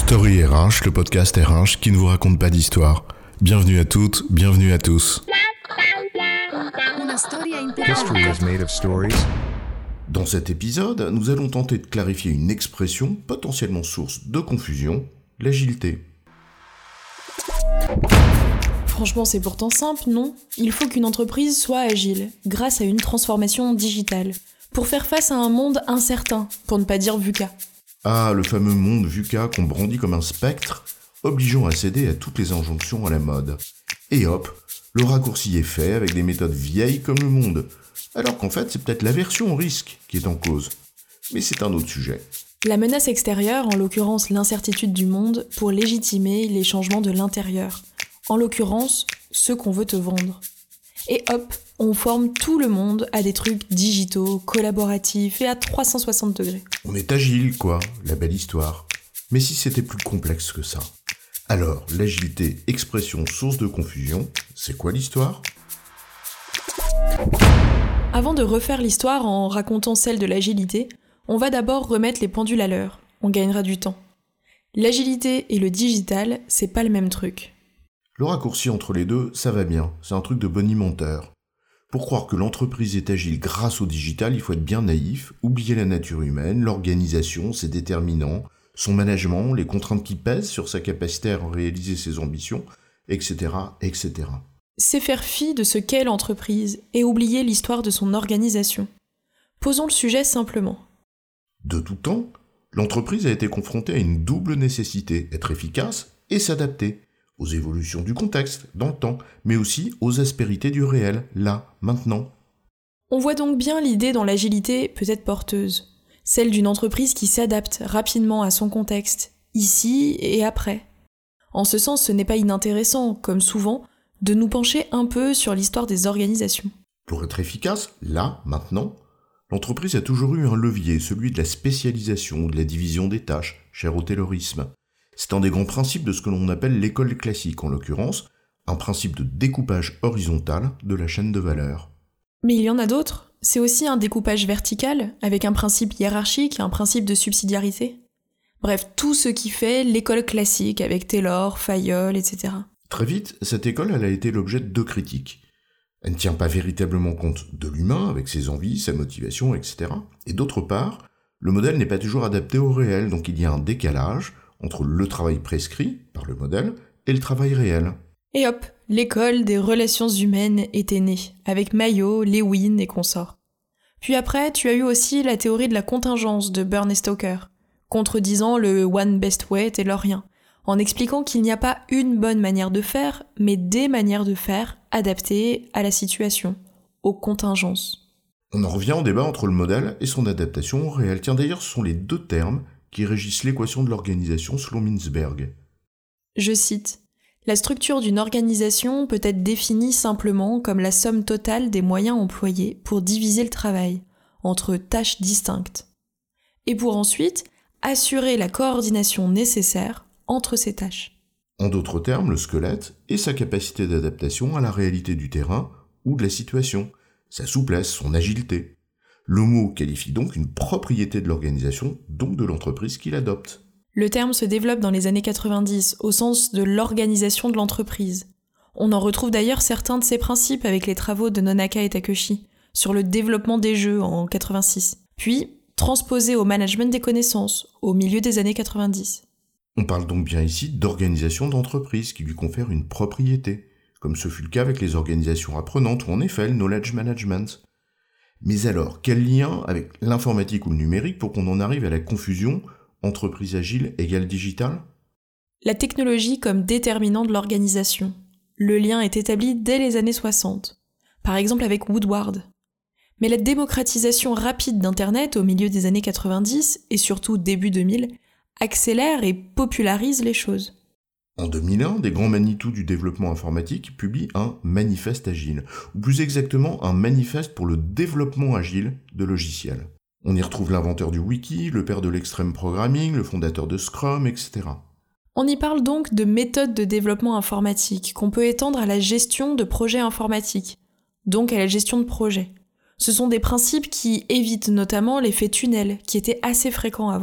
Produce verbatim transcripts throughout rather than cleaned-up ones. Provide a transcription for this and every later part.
Story R H, le podcast R H qui ne vous raconte pas d'histoire. Bienvenue à toutes, bienvenue à tous. History is made of stories. Dans cet épisode, nous allons tenter de clarifier une expression potentiellement source de confusion, l'agilité. Franchement, c'est pourtant simple, non ? Il faut qu'une entreprise soit agile, grâce à une transformation digitale, pour faire face à un monde incertain, pour ne pas dire VUCA. Ah, le fameux monde VUCA qu'on brandit comme un spectre, obligeant à céder à toutes les injonctions à la mode. Et hop, le raccourci est fait avec des méthodes vieilles comme le monde, alors qu'en fait c'est peut-être l'aversion au risque qui est en cause. Mais c'est un autre sujet. La menace extérieure, en l'occurrence l'incertitude du monde, pour légitimer les changements de l'intérieur, en l'occurrence ceux qu'on veut te vendre. Et hop, on forme tout le monde à des trucs digitaux, collaboratifs et à trois cent soixante degrés. On est agile, quoi, la belle histoire. Mais si c'était plus complexe que ça ? Alors, l'agilité, expression, source de confusion, c'est quoi l'histoire ? Avant de refaire l'histoire en racontant celle de l'agilité, on va d'abord remettre les pendules à l'heure, on gagnera du temps. L'agilité et le digital, c'est pas le même truc. Le raccourci entre les deux, ça va bien, c'est un truc de bonimenteur. Pour croire que l'entreprise est agile grâce au digital, il faut être bien naïf, oublier la nature humaine, l'organisation, ses déterminants, son management, les contraintes qui pèsent sur sa capacité à réaliser ses ambitions, et cetera, et cetera. C'est faire fi de ce qu'est l'entreprise et oublier l'histoire de son organisation. Posons le sujet simplement. De tout temps, l'entreprise a été confrontée à une double nécessité, être efficace et s'adapter aux évolutions du contexte, dans le temps, mais aussi aux aspérités du réel, là, maintenant. On voit donc bien l'idée dans l'agilité peut-être porteuse, celle d'une entreprise qui s'adapte rapidement à son contexte, ici et après. En ce sens, ce n'est pas inintéressant, comme souvent, de nous pencher un peu sur l'histoire des organisations. Pour être efficace, là, maintenant, l'entreprise a toujours eu un levier, celui de la spécialisation, de la division des tâches, cher au taylorisme. C'est un des grands principes de ce que l'on appelle l'école classique, en l'occurrence, un principe de découpage horizontal de la chaîne de valeur. Mais il y en a d'autres. C'est aussi un découpage vertical, avec un principe hiérarchique et un principe de subsidiarité. Bref, tout ce qui fait l'école classique, avec Taylor, Fayol, et cetera. Très vite, cette école elle a été l'objet de deux critiques. Elle ne tient pas véritablement compte de l'humain, avec ses envies, sa motivation, et cetera. Et d'autre part, le modèle n'est pas toujours adapté au réel, donc il y a un décalage entre le travail prescrit par le modèle et le travail réel. Et hop, l'école des relations humaines était née, avec Mayo, Lewin et consorts. Puis après, tu as eu aussi la théorie de la contingence de Byrne et Stoker, contredisant le one best way taylorien, en expliquant qu'il n'y a pas une bonne manière de faire, mais des manières de faire adaptées à la situation, aux contingences. On en revient au débat entre le modèle et son adaptation au réel. Tiens, d'ailleurs, ce sont les deux termes qui régissent l'équation de l'organisation selon Mintzberg. Je cite, « La structure d'une organisation peut être définie simplement comme la somme totale des moyens employés pour diviser le travail entre tâches distinctes, et pour ensuite assurer la coordination nécessaire entre ces tâches. » En d'autres termes, le squelette est sa capacité d'adaptation à la réalité du terrain ou de la situation, sa souplesse, son agilité. Le mot qualifie donc une propriété de l'organisation, donc de l'entreprise qui l'adopte. Le terme se développe dans les années quatre-vingt-dix, au sens de l'organisation de l'entreprise. On en retrouve d'ailleurs certains de ces principes avec les travaux de Nonaka et Takeshi, sur le développement des jeux en quatre-vingt-six, puis transposé au management des connaissances, au milieu des années quatre-vingt-dix. On parle donc bien ici d'organisation d'entreprise qui lui confère une propriété, comme ce fut le cas avec les organisations apprenantes ou en effet le knowledge management. Mais alors, quel lien avec l'informatique ou le numérique pour qu'on en arrive à la confusion entreprise agile égale digital ? La technologie comme déterminant de l'organisation. Le lien est établi dès les années soixante, par exemple avec Woodward. Mais la démocratisation rapide d'Internet au milieu des années quatre-vingt-dix et surtout début deux mille accélère et popularise les choses. En deux mille un, des grands Manitou du développement informatique publient un manifeste agile, ou plus exactement un manifeste pour le développement agile de logiciels. On y retrouve l'inventeur du wiki, le père de l'extreme programming, le fondateur de Scrum, et cetera. On y parle donc de méthodes de développement informatique qu'on peut étendre à la gestion de projets informatiques, donc à la gestion de projets. Ce sont des principes qui évitent notamment l'effet tunnel, qui était assez fréquent avant.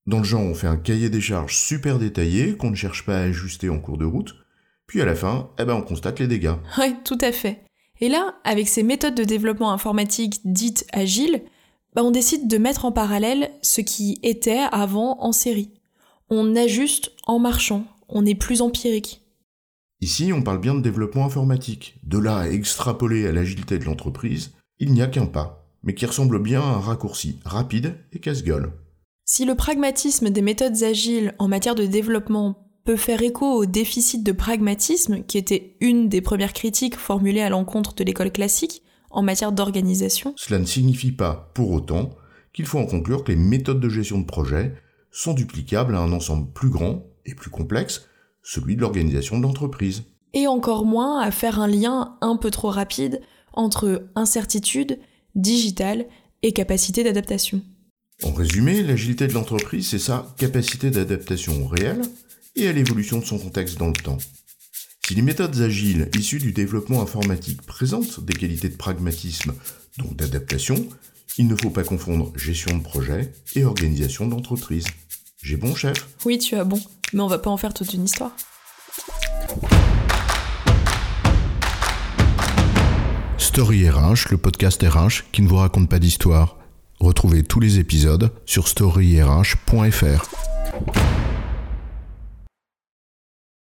Dans le genre, on fait un cahier des charges super détaillé qu'on ne cherche pas à ajuster en cours de route, puis à la fin, eh ben on constate les dégâts. Ouais, tout à fait. Et là, avec ces méthodes de développement informatique dites agiles, bah on décide de mettre en parallèle ce qui était avant en série. On ajuste en marchant, on est plus empirique. Ici, on parle bien de développement informatique. De là à extrapoler à l'agilité de l'entreprise, il n'y a qu'un pas, mais qui ressemble bien à un raccourci rapide et casse-gueule. Si le pragmatisme des méthodes agiles en matière de développement peut faire écho au déficit de pragmatisme, qui était une des premières critiques formulées à l'encontre de l'école classique en matière d'organisation, cela ne signifie pas, pour autant, qu'il faut en conclure que les méthodes de gestion de projet sont duplicables à un ensemble plus grand et plus complexe, celui de l'organisation de l'entreprise. Et encore moins à faire un lien un peu trop rapide entre incertitude, digital et capacité d'adaptation. En résumé, l'agilité de l'entreprise, c'est sa capacité d'adaptation au réel et à l'évolution de son contexte dans le temps. Si les méthodes agiles issues du développement informatique présentent des qualités de pragmatisme, donc d'adaptation, il ne faut pas confondre gestion de projet et organisation d'entreprise. J'ai bon, chef ? Oui, tu as bon, mais on va pas en faire toute une histoire. Story R H, le podcast R H qui ne vous raconte pas d'histoire. Retrouvez tous les épisodes sur story r h point f r.